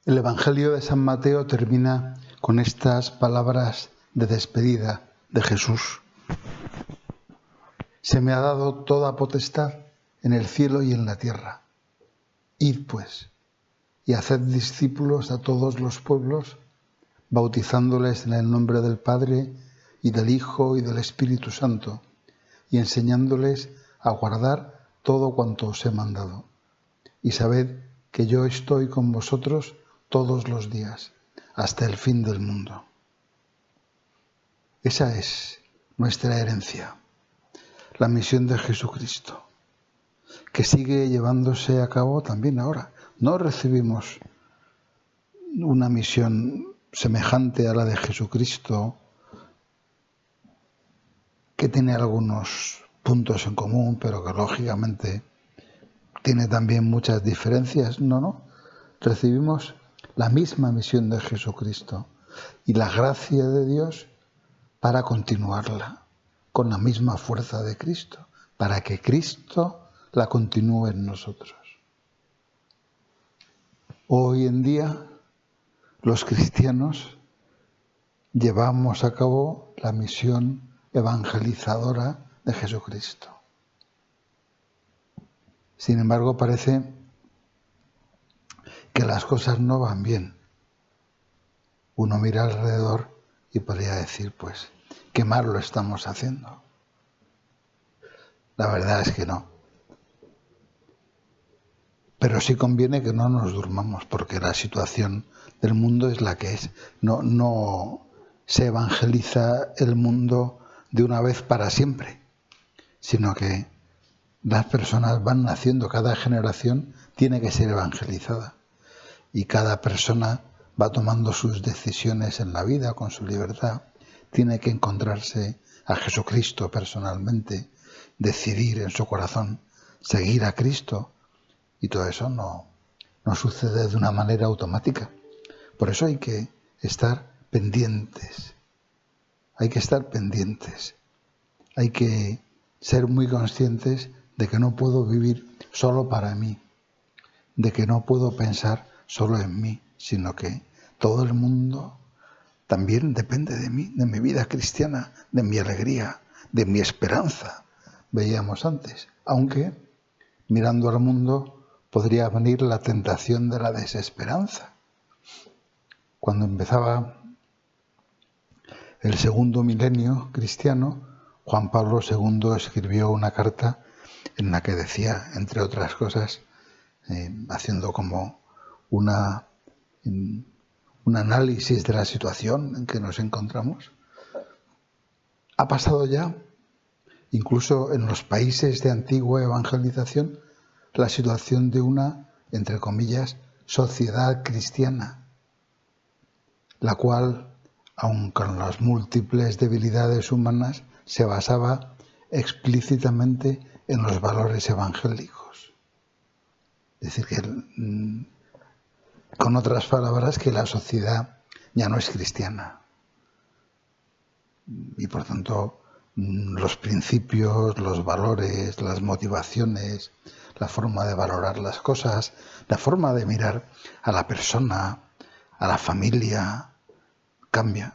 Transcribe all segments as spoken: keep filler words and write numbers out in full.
El Evangelio de San Mateo termina con estas palabras de despedida de Jesús. Se me ha dado toda potestad en el cielo y en la tierra. Id pues, y haced discípulos a todos los pueblos, bautizándoles en el nombre del Padre y del Hijo y del Espíritu Santo, y enseñándoles a guardar todo cuanto os he mandado. Y sabed que yo estoy con vosotros todos los días, hasta el fin del mundo. Esa es nuestra herencia, la misión de Jesucristo, que sigue llevándose a cabo también ahora. No recibimos una misión semejante a la de Jesucristo, que tiene algunos puntos en común, pero que lógicamente tiene también muchas diferencias. No, no. Recibimos la misma misión de Jesucristo y la gracia de Dios para continuarla con la misma fuerza de Cristo, para que Cristo la continúe en nosotros. Hoy en día, los cristianos llevamos a cabo la misión evangelizadora de Jesucristo. Sin embargo, parece que las cosas no van bien. Uno mira alrededor y podría decir, pues, qué mal lo estamos haciendo. La verdad es que no. Pero sí conviene que no nos durmamos, porque la situación del mundo es la que es. No, no se evangeliza el mundo de una vez para siempre, sino que las personas van naciendo, cada generación tiene que ser evangelizada. Y cada persona va tomando sus decisiones en la vida con su libertad. Tiene que encontrarse a Jesucristo personalmente, decidir en su corazón seguir a Cristo. Y todo eso no, no sucede de una manera automática. Por eso hay que estar pendientes. Hay que estar pendientes. Hay que ser muy conscientes de que no puedo vivir solo para mí, de que no puedo pensar solo en mí, sino que todo el mundo también depende de mí, de mi vida cristiana, de mi alegría, de mi esperanza. Veíamos antes, aunque mirando al mundo podría venir la tentación de la desesperanza. Cuando empezaba el segundo milenio cristiano, Juan Pablo segundo escribió una carta en la que decía, entre otras cosas, eh, haciendo como una, un análisis de la situación en que nos encontramos. Ha pasado ya, incluso en los países de antigua evangelización, la situación de una, entre comillas, sociedad cristiana, la cual, aun con las múltiples debilidades humanas, se basaba explícitamente en los valores evangélicos. Es decir, que, con otras palabras, que la sociedad ya no es cristiana. Y por tanto, los principios, los valores, las motivaciones, la forma de valorar las cosas, la forma de mirar a la persona, a la familia, cambia.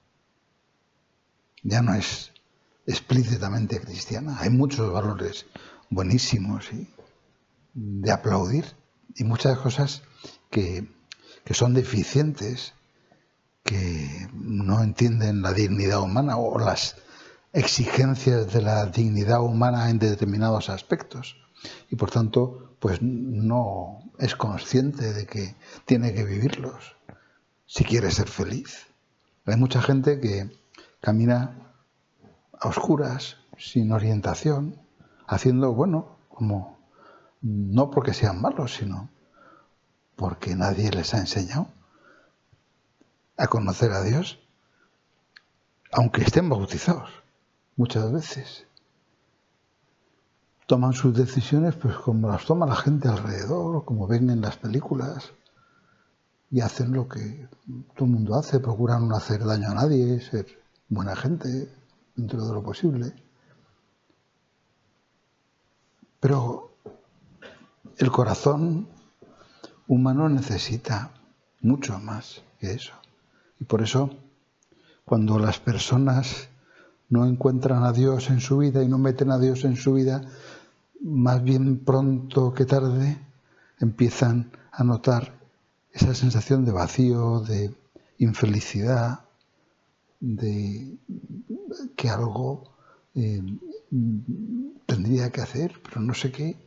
Ya no es explícitamente cristiana. Hay muchos valores buenísimos y de aplaudir y muchas cosas que, que son deficientes, que no entienden la dignidad humana o las exigencias de la dignidad humana en determinados aspectos. Y por tanto, pues no es consciente de que tiene que vivirlos si quiere ser feliz. Hay mucha gente que camina a oscuras, sin orientación, haciendo, bueno, como no porque sean malos, sino porque nadie les ha enseñado a conocer a Dios, aunque estén bautizados muchas veces. Toman sus decisiones pues como las toma la gente alrededor, o como ven en las películas, y hacen lo que todo el mundo hace, procuran no hacer daño a nadie, ser buena gente dentro de lo posible. Pero el corazón humano necesita mucho más que eso. Y por eso, cuando las personas no encuentran a Dios en su vida y no meten a Dios en su vida, más bien pronto que tarde empiezan a notar esa sensación de vacío, de infelicidad, de que algo eh, tendría que hacer, pero no sé qué.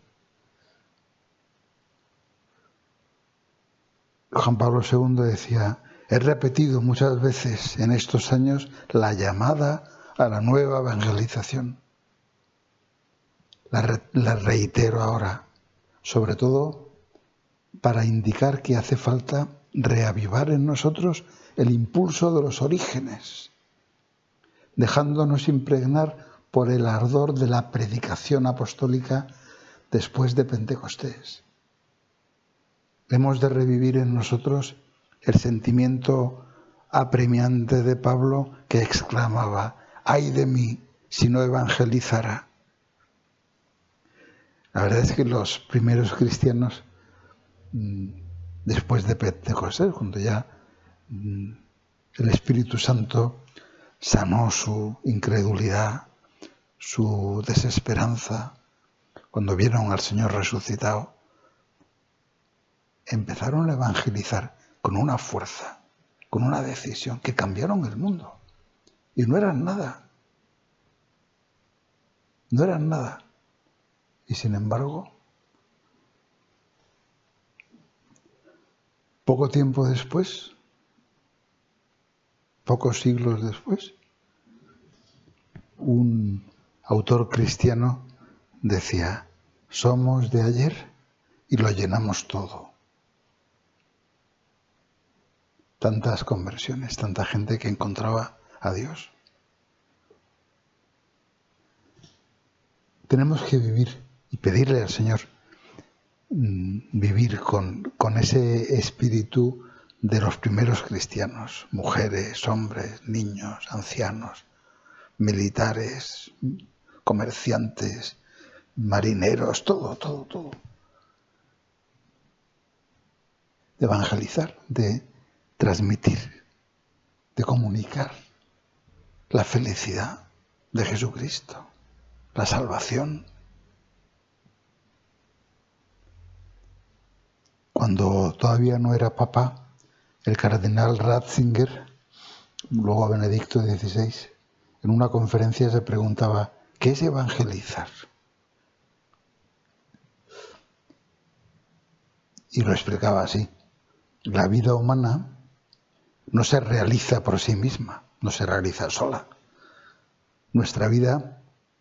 Juan Pablo segundo decía: he repetido muchas veces en estos años la llamada a la nueva evangelización. La, re, la reitero ahora, sobre todo para indicar que hace falta reavivar en nosotros el impulso de los orígenes, dejándonos impregnar por el ardor de la predicación apostólica después de Pentecostés. Hemos de revivir en nosotros el sentimiento apremiante de Pablo, que exclamaba: ¡ay de mí si no evangelizara! La verdad es que los primeros cristianos, después de Pentecostés, cuando ya el Espíritu Santo sanó su incredulidad, su desesperanza, cuando vieron al Señor resucitado, empezaron a evangelizar con una fuerza, con una decisión, que cambiaron el mundo. Y no eran nada. No eran nada. Y sin embargo, poco tiempo después, pocos siglos después, un autor cristiano decía: somos de ayer y lo llenamos todo. Tantas conversiones, tanta gente que encontraba a Dios. Tenemos que vivir y pedirle al Señor mmm, vivir con, con ese espíritu de los primeros cristianos, mujeres, hombres, niños, ancianos, militares, comerciantes, marineros, todo, todo, todo. De evangelizar, de transmitir, de comunicar la felicidad de Jesucristo, la salvación. Cuando todavía no era papa, el cardenal Ratzinger, luego Benedicto dieciséis, en una conferencia se preguntaba: ¿qué es evangelizar? Y lo explicaba así: la vida humana no se realiza por sí misma, no se realiza sola. Nuestra vida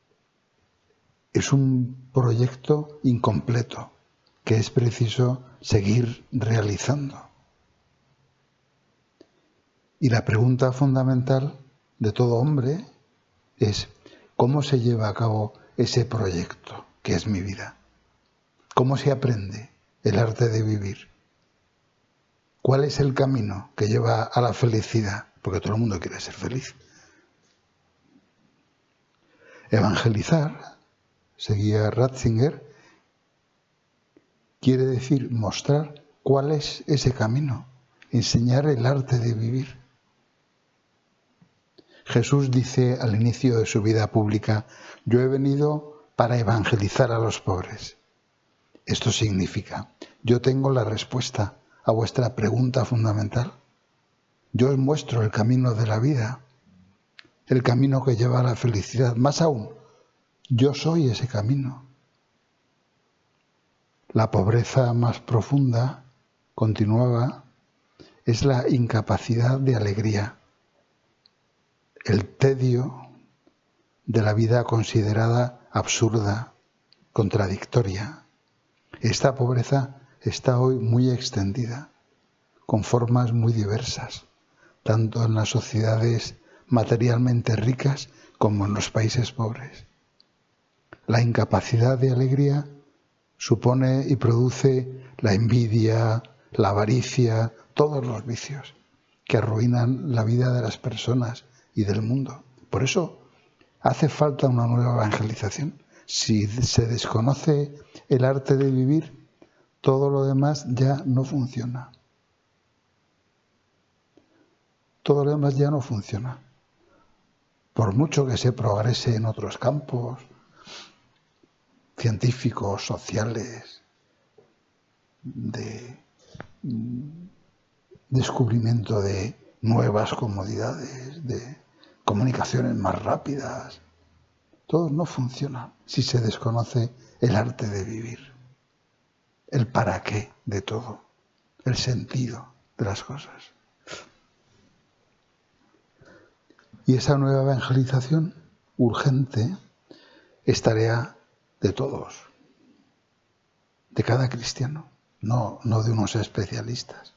es un proyecto incompleto que es preciso seguir realizando. Y la pregunta fundamental de todo hombre es: ¿cómo se lleva a cabo ese proyecto que es mi vida? ¿Cómo se aprende el arte de vivir? ¿Cuál es el camino que lleva a la felicidad? Porque todo el mundo quiere ser feliz. Evangelizar, seguía Ratzinger, quiere decir mostrar cuál es ese camino, enseñar el arte de vivir. Jesús dice al inicio de su vida pública: yo he venido para evangelizar a los pobres. Esto significa: yo tengo la respuesta a vuestra pregunta fundamental. Yo os muestro el camino de la vida, el camino que lleva a la felicidad. Más aún, yo soy ese camino. La pobreza más profunda, continuaba, es la incapacidad de alegría, el tedio de la vida considerada absurda, contradictoria. Esta pobreza está hoy muy extendida, con formas muy diversas, tanto en las sociedades materialmente ricas como en los países pobres. La incapacidad de alegría supone y produce la envidia, la avaricia, todos los vicios que arruinan la vida de las personas y del mundo. Por eso hace falta una nueva evangelización. Si se desconoce el arte de vivir, todo lo demás ya no funciona. Todo lo demás ya no funciona. Por mucho que se progrese en otros campos, científicos, sociales, de descubrimiento de nuevas comodidades, de comunicaciones más rápidas, todo no funciona si se desconoce el arte de vivir, el para qué de todo, el sentido de las cosas. Y esa nueva evangelización urgente es tarea de todos, de cada cristiano, no, no de unos especialistas.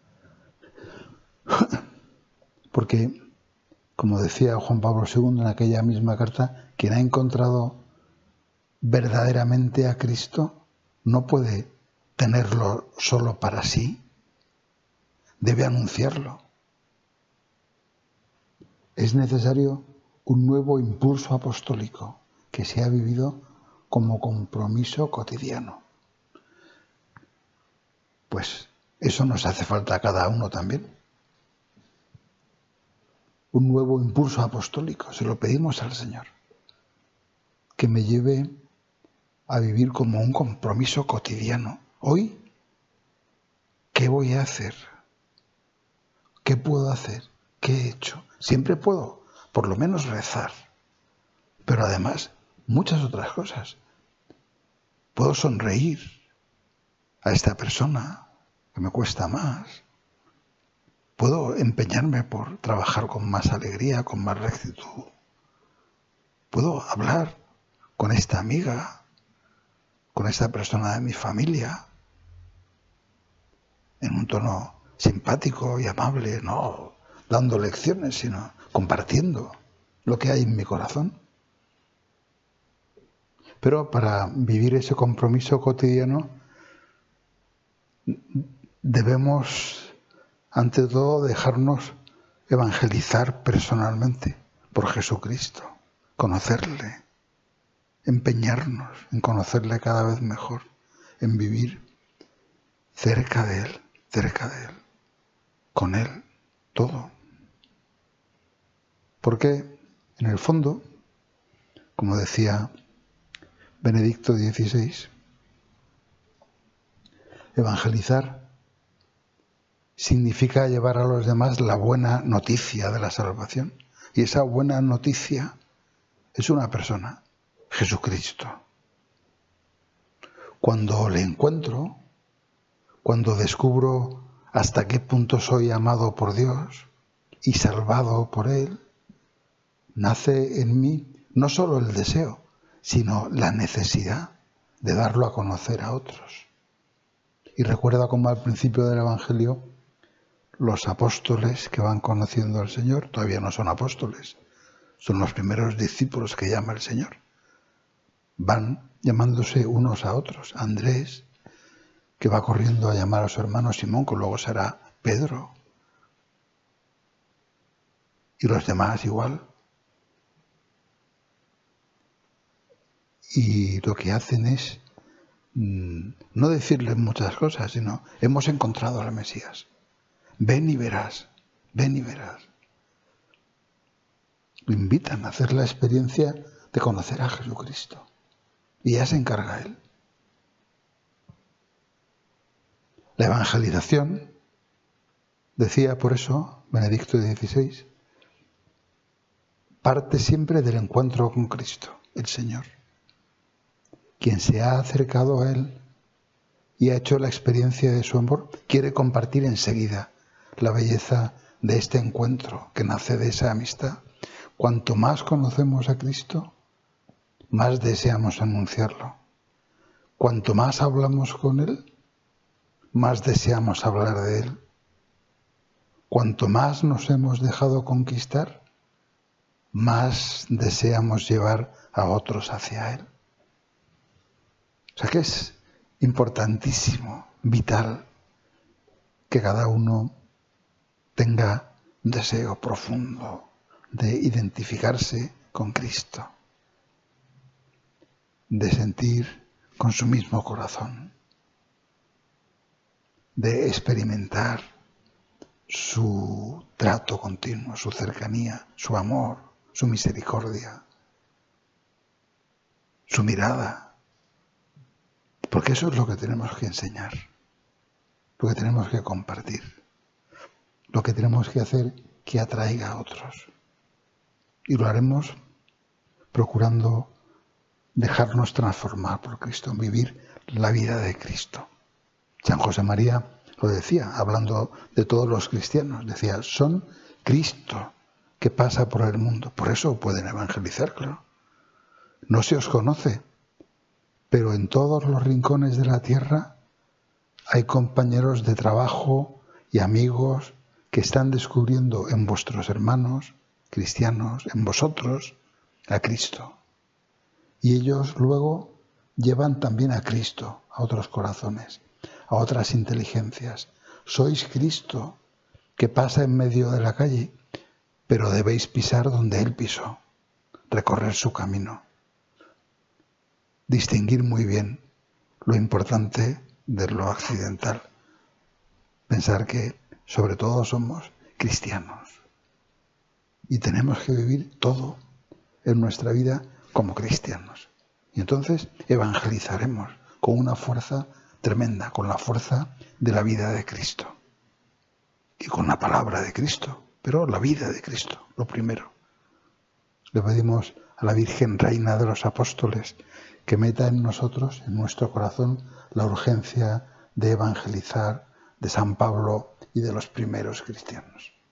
Porque, como decía Juan Pablo segundo en aquella misma carta, quien ha encontrado verdaderamente a Cristo no puede tenerlo solo para sí, debe anunciarlo. Es necesario un nuevo impulso apostólico que sea vivido como compromiso cotidiano. Pues eso nos hace falta a cada uno también. Un nuevo impulso apostólico, se lo pedimos al Señor, que me lleve a vivir como un compromiso cotidiano. Hoy, ¿qué voy a hacer? ¿Qué puedo hacer? ¿Qué he hecho? Siempre puedo, por lo menos, rezar. Pero además, muchas otras cosas. Puedo sonreír a esta persona que me cuesta más. Puedo empeñarme por trabajar con más alegría, con más rectitud. Puedo hablar con esta amiga, con esta persona de mi familia, en un tono simpático y amable, no dando lecciones, sino compartiendo lo que hay en mi corazón. Pero para vivir ese compromiso cotidiano debemos, ante todo, dejarnos evangelizar personalmente por Jesucristo, conocerle, empeñarnos en conocerle cada vez mejor, en vivir cerca de Él, cerca de Él, con Él, todo. Porque, en el fondo, como decía Benedicto dieciséis, evangelizar significa llevar a los demás la buena noticia de la salvación. Y esa buena noticia es una persona, Jesucristo. Cuando le encuentro, cuando descubro hasta qué punto soy amado por Dios y salvado por Él, nace en mí no solo el deseo, sino la necesidad de darlo a conocer a otros. Y recuerda cómo al principio del Evangelio los apóstoles que van conociendo al Señor, todavía no son apóstoles, son los primeros discípulos que llama el Señor. Van llamándose unos a otros. Andrés, que va corriendo a llamar a su hermano Simón, que luego será Pedro. Y los demás igual. Y lo que hacen es mmm, no decirles muchas cosas, sino hemos encontrado al Mesías. Ven y verás, ven y verás. Lo invitan a hacer la experiencia de conocer a Jesucristo. Y ya se encarga Él. La evangelización, decía por eso Benedicto dieciséis, parte siempre del encuentro con Cristo, el Señor. Quien se ha acercado a Él y ha hecho la experiencia de su amor, quiere compartir enseguida la belleza de este encuentro que nace de esa amistad. Cuanto más conocemos a Cristo, más deseamos anunciarlo. Cuanto más hablamos con Él, más deseamos hablar de Él. Cuanto más nos hemos dejado conquistar, más deseamos llevar a otros hacia Él. O sea que es importantísimo, vital, que cada uno tenga un deseo profundo de identificarse con Cristo, de sentir con su mismo corazón, de experimentar su trato continuo, su cercanía, su amor, su misericordia, su mirada. Porque eso es lo que tenemos que enseñar, lo que tenemos que compartir, lo que tenemos que hacer que atraiga a otros. Y lo haremos procurando dejarnos transformar por Cristo, vivir la vida de Cristo. San José María lo decía, hablando de todos los cristianos, decía, son Cristo que pasa por el mundo. Por eso pueden evangelizar, claro. No se os conoce, pero en todos los rincones de la tierra hay compañeros de trabajo y amigos que están descubriendo en vuestros hermanos cristianos, en vosotros, a Cristo. Y ellos luego llevan también a Cristo a otros corazones, a otras inteligencias. Sois Cristo que pasa en medio de la calle, pero debéis pisar donde Él pisó, recorrer su camino. Distinguir muy bien lo importante de lo accidental. Pensar que sobre todo somos cristianos y tenemos que vivir todo en nuestra vida como cristianos. Y entonces evangelizaremos con una fuerza tremenda, con la fuerza de la vida de Cristo y con la palabra de Cristo, pero la vida de Cristo, lo primero. Le pedimos a la Virgen Reina de los Apóstoles que meta en nosotros, en nuestro corazón, la urgencia de evangelizar de San Pablo y de los primeros cristianos.